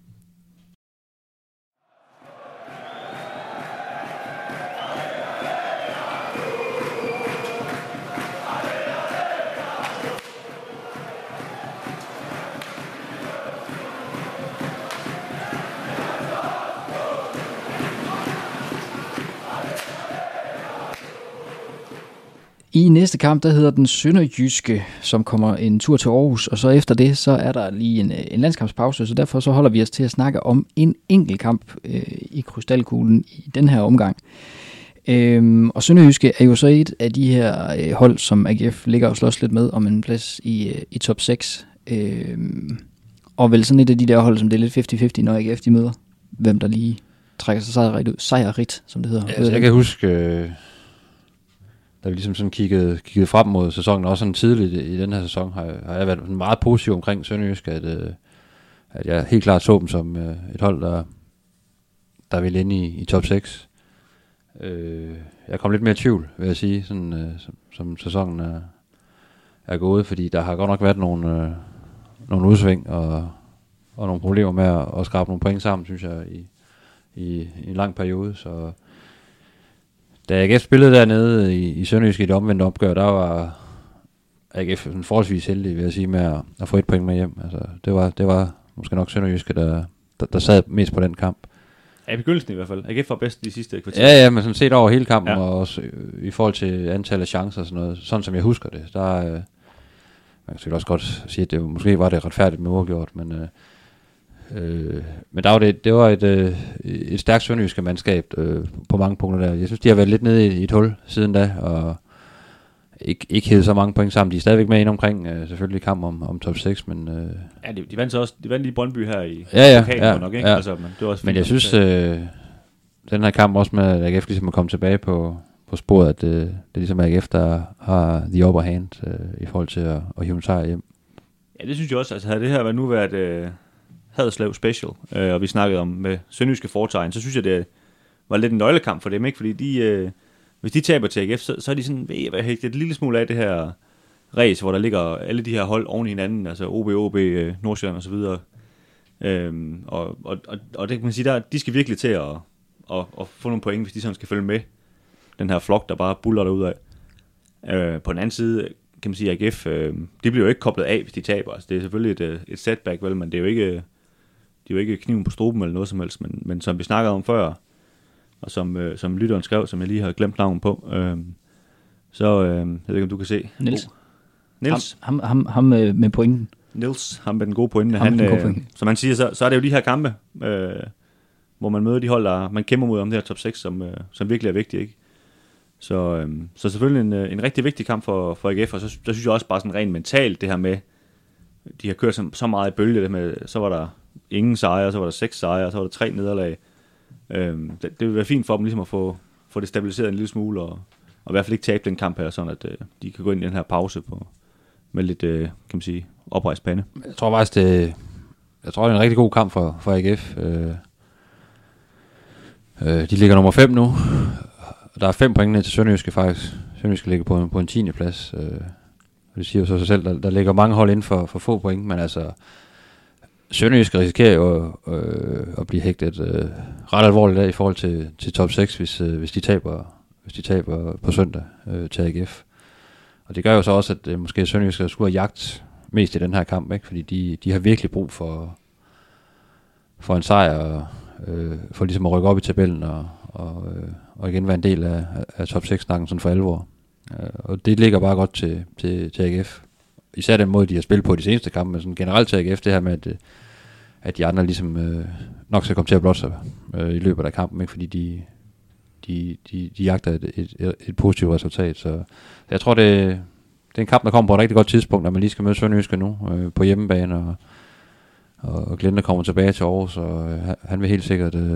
I næste kamp, der hedder den Sønderjyske, som kommer en tur til Aarhus, og så efter det, så er der lige en, en landskampspause, så derfor så holder vi os til at snakke om en enkelt kamp øh, i krystalkuglen i den her omgang. Øhm, og Sønderjyske er jo så et af de her øh, hold, som A G F ligger og slås lidt med om en plads i, øh, i top seks. Øhm, og vel sådan et af de der hold, som det er lidt halvtreds halvtreds, når A G F de møder, hvem der lige trækker sig sejrigt ud. Sejrigt, som det hedder. Ja, altså, jeg kan huske... Øh da vi ligesom sådan kiggede, kiggede frem mod sæsonen, også sådan tidligt i den her sæson, har, har jeg været meget positiv omkring Sønderjysk, at, øh, at jeg helt klart så dem som øh, et hold, der, der ville ind i, i top seks. Øh, jeg kom lidt mere i tvivl, vil jeg sige, sådan, øh, som, som sæsonen er, er gået, fordi der har godt nok været nogle, øh, nogle udsving og, og nogle problemer med at, at skrabe nogle point sammen, synes jeg, i, i, i en lang periode, så... Da A G F spillede dernede i, i Sønderjysk i det omvendte opgør, der var A G F forholdsvis heldig, vil jeg sige, med at, at få et point med hjem. Altså, det var, det var måske nok Sønderjysk, der, der, der sad mest på den kamp. Ja, i begyndelsen i hvert fald. A G F var bedst de sidste kvarter. Ja, ja, men sådan set over hele kampen, ja. og også øh, i forhold til antal af chancer og sådan noget, sådan som jeg husker det, der øh, man kan sikkert også godt sige, at det måske var det retfærdigt med uafgjort, men øh, øh, men der var det, det var et, øh, et stærkt sønderjyske mandskab øh, på mange punkter der. Jeg synes, de har været lidt nede i, i et hul siden da, og ikke, ikke hævet så mange point sammen. De er stadigvæk med ind omkring, øh, selvfølgelig kamp om, om top seks, men... Øh, ja, de, de vandt så også, de vandt lige Brøndby her i ja, ja, pokalen, ja, nok, ikke? Ja. Altså, men det var også men jeg synes, øh, den her kamp også med, at A G F ligesom er kommet tilbage på, på sporet, at øh, det er ligesom A G F, der har the upper hand øh, i forhold til at, at hive en sejr hjem. Ja, det synes jeg også. Altså, havde det her nu været øh, Haderslev Special, øh, og vi snakkede om med sønderjyske foretegn, så synes jeg, det var lidt en nøglekamp for dem, ikke? Fordi de... Øh, hvis de taber til A G F, så, så er de sådan ved at hægte et lille smule af det her race, hvor der ligger alle de her hold oven i hinanden, altså O B, O B, Nordsjælland og så videre. Øhm, og, og, og, og det kan man sige, der, de skal virkelig til at, at, at få nogle point, hvis de sådan skal følge med den her flok, der bare buller derud af. Øh, på den anden side kan man sige, at A G F, øh, de bliver jo ikke koblet af, hvis de taber. Altså, det er selvfølgelig et, et setback, vel, men det er jo ikke, det er jo ikke kniven på struben eller noget som helst. Men, men som vi snakkede om før, og som, øh, som lytteren skrev, som jeg lige har glemt navnet på, øh, så øh, jeg ved ikke, om du kan se. Niels. Oh. Niels. Ham, ham, ham med, med pointen. Niels, ham med den gode pointe. Han, han, den gode øh, pointe. som man siger, så, så er det jo de her kampe, øh, hvor man møder de hold, der man kæmper mod om det her top seks, som, øh, som virkelig er vigtigt, ikke? Så, øh, så selvfølgelig en, en rigtig vigtig kamp for, for A G F, og så, så synes jeg også bare sådan rent mentalt, det her med, de har kørt så, så meget i bølge, det med, så var der ingen sejre, så var der seks sejre, så var der tre nederlag. Øhm, det, det vil være fint for dem ligesom at få, få det stabiliseret en lille smule, og, og i hvert fald ikke tabe den kamp her, sådan at øh, de kan gå ind i den her pause på, med lidt, øh, kan man sige, oprejst pande. Jeg tror faktisk, det, jeg tror, det er en rigtig god kamp for, for A G F. Øh, øh, de ligger nummer fem nu. Der er fem point ned til Sønderjyske faktisk. Sønderjyske ligger på en, på en tiende plads. Øh, det siger jo så sig selv, der, der ligger mange hold inden for, for få point, men altså Sønderjyske risikerer jo øh, at blive hægtet øh, ret alvorligt af i forhold til, til top seks, hvis, øh, hvis, de taber, hvis de taber på søndag øh, til A G F. Og det gør jo så også, at øh, måske Sønderjyske skulle have jagt mest i den her kamp, ikke? Fordi de, de har virkelig brug for, for en sejr, og, øh, for ligesom at rykke op i tabellen, og, og, øh, og igen være en del af, af top seks-snakken sådan for alvor. Øh, og det ligger bare godt til, til, til A G F. Især den måde, de har spillet på de seneste kampe, men sådan generelt til A G F, det her med, at, at de andre ligesom øh, nok skal komme til at blotte sig øh, i løbet af kampen, ikke? Fordi de, de, de, de jagter et, et, et, et positivt resultat. Så jeg tror, det, det er en kamp, der kommer på et rigtig godt tidspunkt, når man lige skal møde Sønderjyske nu øh, på hjemmebane, og, og, og Glinde kommer tilbage til Aarhus, og øh, han vil helt sikkert øh,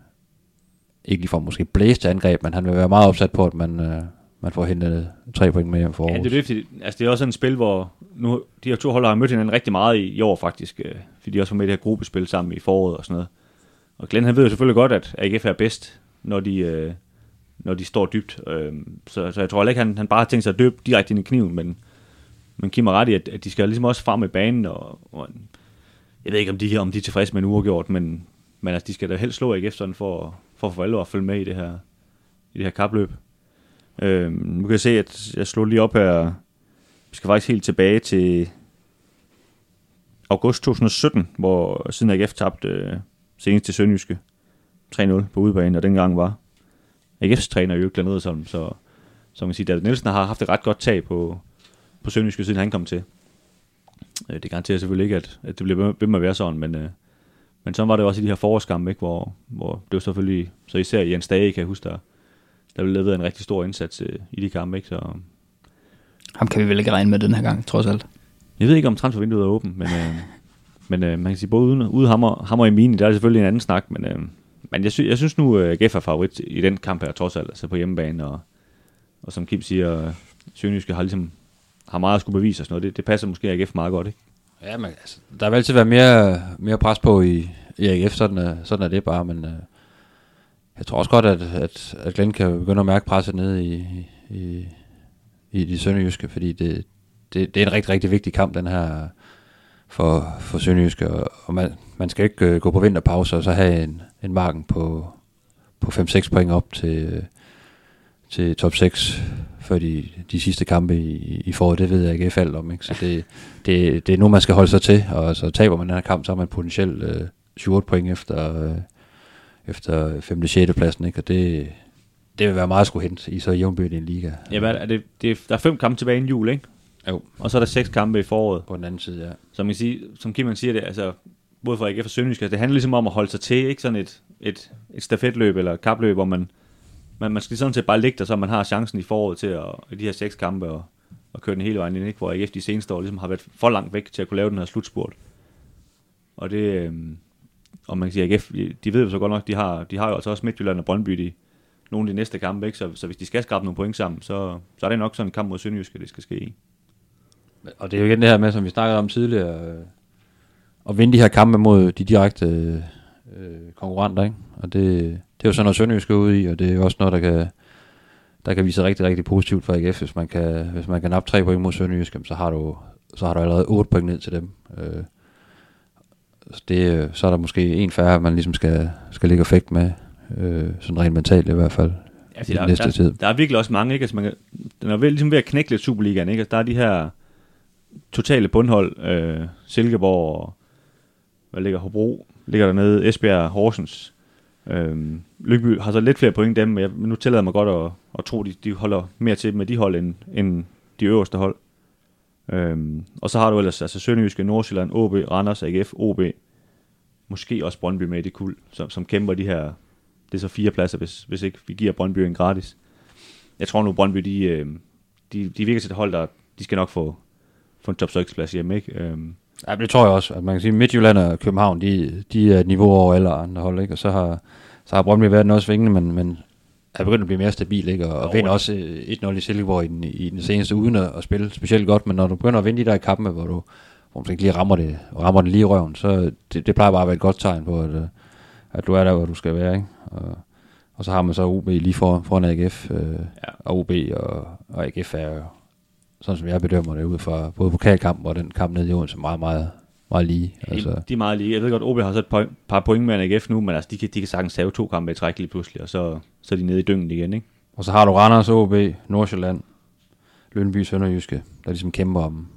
ikke lige for måske blæse til angreb, men han vil være meget opsat på, at man... Øh, man får hentet tre point med hjem for Aarhus. Ja, det er det, fordi, altså det er også sådan et spil, hvor nu, de her to hold har mødt hinanden rigtig meget i, i år faktisk, øh, fordi de også var med i det her gruppespil sammen i foråret og sådan noget. Og Glenn, han ved jo selvfølgelig godt, at A G F er bedst, når de, øh, når de står dybt. Øh, så, så jeg tror ikke, han, han bare har tænkt sig at døbe direkte ind i kniven, men, men Kim har ret i, at, at de skal ligesom også frem i banen, og, og jeg ved ikke, om de, her, om de er tilfredse med en uafgjort, men, men altså, de skal da helst slå A G F sådan for, for for alvor at følge med i det her, i det her kapløb. Øhm, nu kan jeg se, at jeg slog lige op her. Vi skal faktisk helt tilbage til august to tusind og sytten, hvor siden A G F tabte øh, senest til Sønderjyske tre nul på udebane, og dengang var A G F's træner jo Glenn Riddersholm, så, så man kan sige, David Nielsen har haft et ret godt tag på, på Sønderjyske, siden han kom til. Øh, det garanterer selvfølgelig ikke, at, at det bliver ved med at være sådan, men, øh, men sådan var det også i de her forårskampe, ikke, hvor, hvor det var selvfølgelig, så især Jens Dage, kan jeg huske, der der blev lavet en rigtig stor indsats øh, i de kampe, ikke? Så ham kan vi vel ikke regne med den her gang, trods alt. Jeg ved ikke, om transfervinduet er åbent, men, øh, men øh, man kan sige, både uden, ude hammer, hammer i mini, der er selvfølgelig en anden snak, men, øh, men jeg, sy- jeg synes nu, at A G F er favorit i den kamp her, trods alt, altså på hjemmebane, og, og som Kim siger, Sønderjyske har ligesom har meget at skulle bevise og sådan noget. Det, det passer måske A G F meget godt, ikke? Ja, men altså, der vil altid være mere, mere pres på i, i A G F, sådan er, sådan er det bare, men øh, jeg tror også godt, at, at, at Glenn kan begynde at mærke presset nede i, i, i de sønderjyske, fordi det, det, det er en rigtig, rigtig vigtig kamp, den her for, for sønderjyske, og, og man, man skal ikke uh, gå på vinterpause og så have en, en marken på, på fem seks point op til, til top seks før de, de sidste kampe i, i foråret. Det ved jeg ikke alt om, ikke? Så det, det, det er nu, man skal holde sig til, og så taber man den her kamp, så har man potentielt uh, syv otte point efter... Uh, efter femte sjette pladsen, ikke? Og det, det vil være meget at skulle hente i så jævnbyrdig en liga. Ja, hvad er det? Det er, der er fem kampe tilbage inden jul, ikke? Jo. Og så er der seks kampe i foråret. På den anden side, ja. Som, man siger, som Kim siger det, altså, både for A G F og Sønderjyske, det handler ligesom om at holde sig til, ikke sådan et, et, et stafetløb eller et kapløb, hvor man, man, man skal sådan set bare ligge der, så man har chancen i foråret til at, i de her seks kampe og, og køre den hele vejen ind, ikke? Hvor A G F de seneste år ligesom har været for langt væk til at kunne lave den her slutspurt. Og det, øhm, og man kan sige, A G F, de ved jo så godt nok, de har, de har jo altså også Midtjylland og Brøndby i nogle af de næste kampe, ikke? Så, så hvis de skal skrabe nogle point sammen, så, så er det nok sådan en kamp mod Sønderjyske, det skal ske i. Og det er jo igen det her med, som vi snakkede om tidligere, øh, at vinde de her kampe mod de direkte øh, konkurrenter, ikke? Og det, det er jo sådan noget Sønderjyske ude i, og det er jo også noget, der kan, der kan vise rigtig, rigtig positivt for A G F. Hvis man kan, hvis man kan nappe tre point mod Sønderjyske, så har du, så har du allerede otte point ned til dem. Øh, så, det, så er der måske en færre, man ligesom skal, skal ligge og fægte med, øh, sådan rent mentalt i hvert fald. Ja, i der, næste der, tid. Der er virkelig også mange, ikke? Altså man kan, den er vel, ligesom ved at knække lidt Superligaen, ikke? Altså der er de her totale bundhold, øh, Silkeborg og hvad ligger Hobro, ligger dernede, Esbjerg, Horsens. Øhm, Lyngby har så lidt flere point dem, men jeg, nu tillader mig godt at, at tro, at de, de holder mere til med de hold end, end de øverste hold. Øhm, og så har du ellers altså Sønderjyske, Nordsjælland, O B, Randers, A G F, O B, måske også Brøndby med i det kul, som, som kæmper de her, det er så fire pladser, hvis, hvis ikke vi giver Brøndby en gratis. Jeg tror nu, Brøndby, de, øh, de, de virker til et hold, der de skal nok få, få en top seks plads hjemme, ikke? Øhm, Ja, det tror jeg også, at man kan sige, Midtjylland og København, de, de er et niveau over alle andre hold, ikke? Og så har, så har Brøndby været den også svingende, men, men er begyndt at blive mere stabil, ikke? Og, og vinder også et nul i Silkeborg i den, i den seneste, uden at, at spille specielt godt, men når du begynder at vinde de der kampe, hvor du, hvor du ikke lige rammer det, og rammer den lige i røven, så det, det plejer bare at være et godt tegn på, at, at du er der, hvor du skal være, ikke? Og, og så har man så O B lige for, foran A G F, øh, ja. Og O B og, og A G F er jo, sådan som jeg bedømmer det ud fra både pokalkampen og den kamp nede i Odense, meget, meget, meget lige. Altså. De er meget lige. Jeg ved godt, O B har så et par, par point med A G F nu, men altså, de, kan, de kan sagtens have to kampe i træk lige pludselig, og så, så er de nede i dyngen igen, ikke? Og så har du Randers, O B, Nordsjælland, Lyngby, Sønderjyske, der ligesom kæmper om...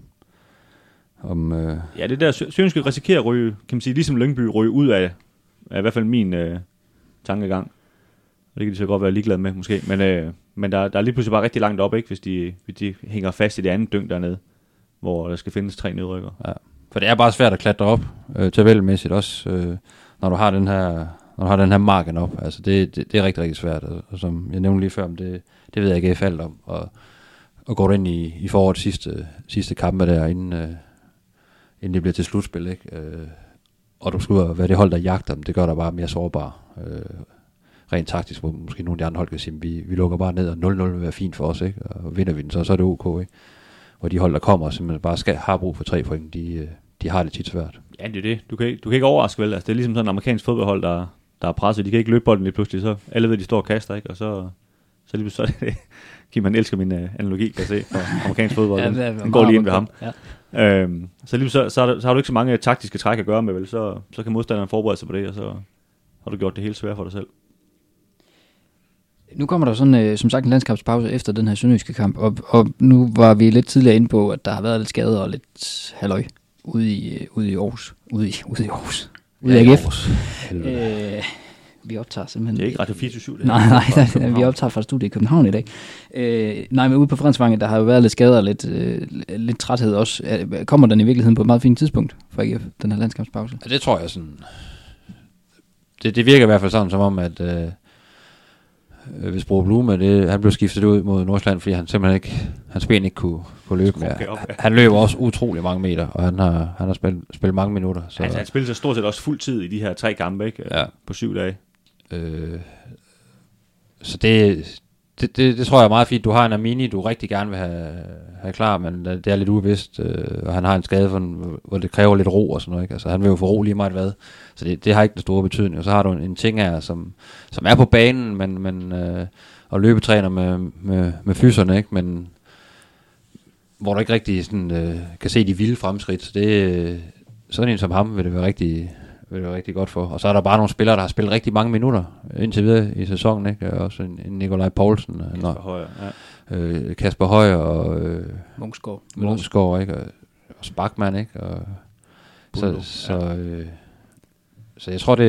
om øh... Ja, det der Sønderjyske risikerer at ryge, kan man sige, ligesom Lyngby ryge ud af, af i hvert fald min øh, tankegang. Og det kan de så godt være ligeglade med, måske. Men, øh, men der, der er lige pludselig bare rigtig langt op, ikke, hvis de, hvis de hænger fast i det andet dyng dernede, hvor der skal findes tre nedrykker. Ja, for det er bare svært at klatre op, øh, tabelmæssigt også, øh, når du har den her, når du har den her marken op. Altså det, det, det er rigtig, rigtig svært. Og, og som jeg nævnte lige før, det, det ved jeg ikke alt om. Og, og går ind i, i forårets sidste, sidste kampe der, inden, øh, inden det bliver til slutspil, ikke? Øh, og du skal ud og være det hold, der jagter dem, det gør dig bare mere sårbar. Øh, rent taktisk, hvor måske nogle af de andre hold kan sige, vi, vi lukker bare ned, og nul nul vil være fint for os, ikke? Og vinder vi den, så, så er det ok, ikke? Hvor de hold, der kommer, simpelthen bare skal, har brug for tre point, de, de har det tit svært. Ja, det er det. Du kan, ikke, du kan ikke overraske, vel? Altså, det er ligesom sådan en amerikansk fodboldhold, der, der er presset. De kan ikke løbe bolden lige pludselig, så alle ved, de står og kaster, ikke? Og så, så lige pludselig, så er det Kim, man elsker min uh, analogi, kan jeg se, for amerikansk fodbold. Ja, den, den går lige ind ved ham. Ja. Øhm, så lige så, så, har, så har du ikke så mange taktiske træk at gøre med, vel? Så, så kan modstanderen forberede sig på det, og så har du gjort det helt svært for dig selv. Nu kommer der sådan, øh, som sagt, en landskabspause efter den her sønderjyske kamp, og, og nu var vi lidt tidligere inde på, at der har været lidt skader og lidt halløj ude i, ude i Aarhus. Ude i, ude i Aarhus. Ude ja, i A G F. Øh, vi optager simpelthen... Det er ikke Radio fireogtyve syv, det nej, nej, nej, nej vi optager fra studiet i København i dag. Øh, nej, men ude på Fredensvangen, der har jo været lidt skader og lidt, øh, lidt træthed også. Kommer den i virkeligheden på et meget fint tidspunkt for A G F, den her landskabspause? Ja, det tror jeg sådan... Det, det virker i hvert fald sådan, som om, at... Øh, hvis Bro Blume, det, han blev skiftet ud mod Nordsjælland, fordi han simpelthen ikke, hans ben ikke kunne få løbe mere. Han løber også utrolig mange meter, og han har, han har spillet, spillet mange minutter. Så. Altså, han spiller så stort set også fuld tid i de her tre kampe, ikke? Ja. På syv dage. Øh, så det, det, det, det tror jeg er meget fint. Du har en Amini, du rigtig gerne vil have, have klar, men det er lidt uvist, øh, og han har en skade, for, hvor det kræver lidt ro og sådan noget. Ikke? Altså, han vil jo få ro lige meget hvad. Så det, det har ikke den store betydning. Og så har du en, en ting her, som, som er på banen, men, men, øh, og løbetræner med, med, med fyserne, ikke? Men hvor du ikke rigtig sådan, øh, kan se de vilde fremskridt. Så det, øh, sådan en som ham vil det være rigtig... vil det være rigtig godt for. Og så er der bare nogle spillere, der har spillet rigtig mange minutter indtil videre i sæsonen, ikke? Også en, en Nikolaj Poulsen, Kasper Højer, ja. øh, Kasper Højer og øh, Munksgaard, Munksgaard, ikke? Og, og Bachmann, ikke? Og, så, så, øh, så jeg tror, det,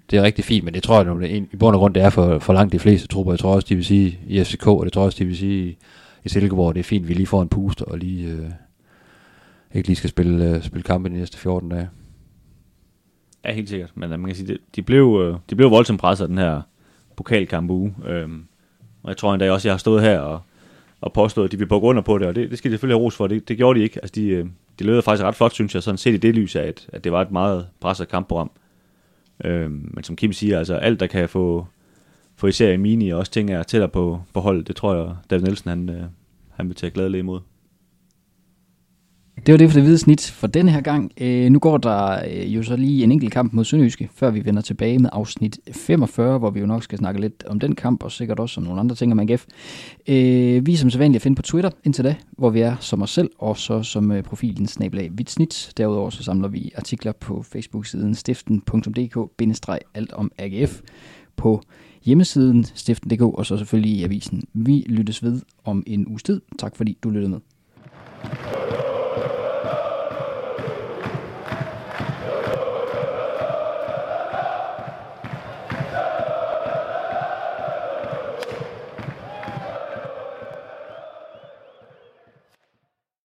det er rigtig fint, men det tror jeg, det er, i bund og grund, det er for, for langt de fleste trupper. Jeg tror også, de vil sige i F C K, og det tror jeg også, de vil sige i, i Silkeborg, det er fint, at vi lige får en puster, og lige øh, ikke lige skal spille, øh, spille kampen de næste fjorten dage. Ja, helt sikkert. Men man kan sige, de, de, blev, de blev voldsomt presset af den her pokalkamp uge. Øhm, og jeg tror endda også, jeg har stået her og, og påstået, at de ville bukke under på det, og det, det skal de selvfølgelig have ros for. Det, det gjorde de ikke. Altså, de, de lød faktisk ret flot, synes jeg, sådan set i det lys af, at, at det var et meget presset kampprogram. Øhm, men som Kim siger, altså alt, der kan få, få især i mini, og også ting er tættere på, på holdet, det tror jeg, David Nielsen, han, øh, han vil tage glædeligt imod. Det var det for det hvide snit for denne her gang. Øh, nu går der øh, jo så lige en enkelt kamp mod Sønderjyske, før vi vender tilbage med afsnit femogfyrre, hvor vi jo nok skal snakke lidt om den kamp, og sikkert også om nogle andre ting om A G F. Øh, vi er som sædvanligt at finde på Twitter indtil da, hvor vi er som os selv, og så som øh, profilen snabelag hvidt snit. Derudover så samler vi artikler på Facebook-siden stiften punktum d k bindestreg alt om A G F på hjemmesiden stiften punktum d k, og så selvfølgelig i avisen. Vi lyttes ved om en uges tid. Tak fordi du lyttede med.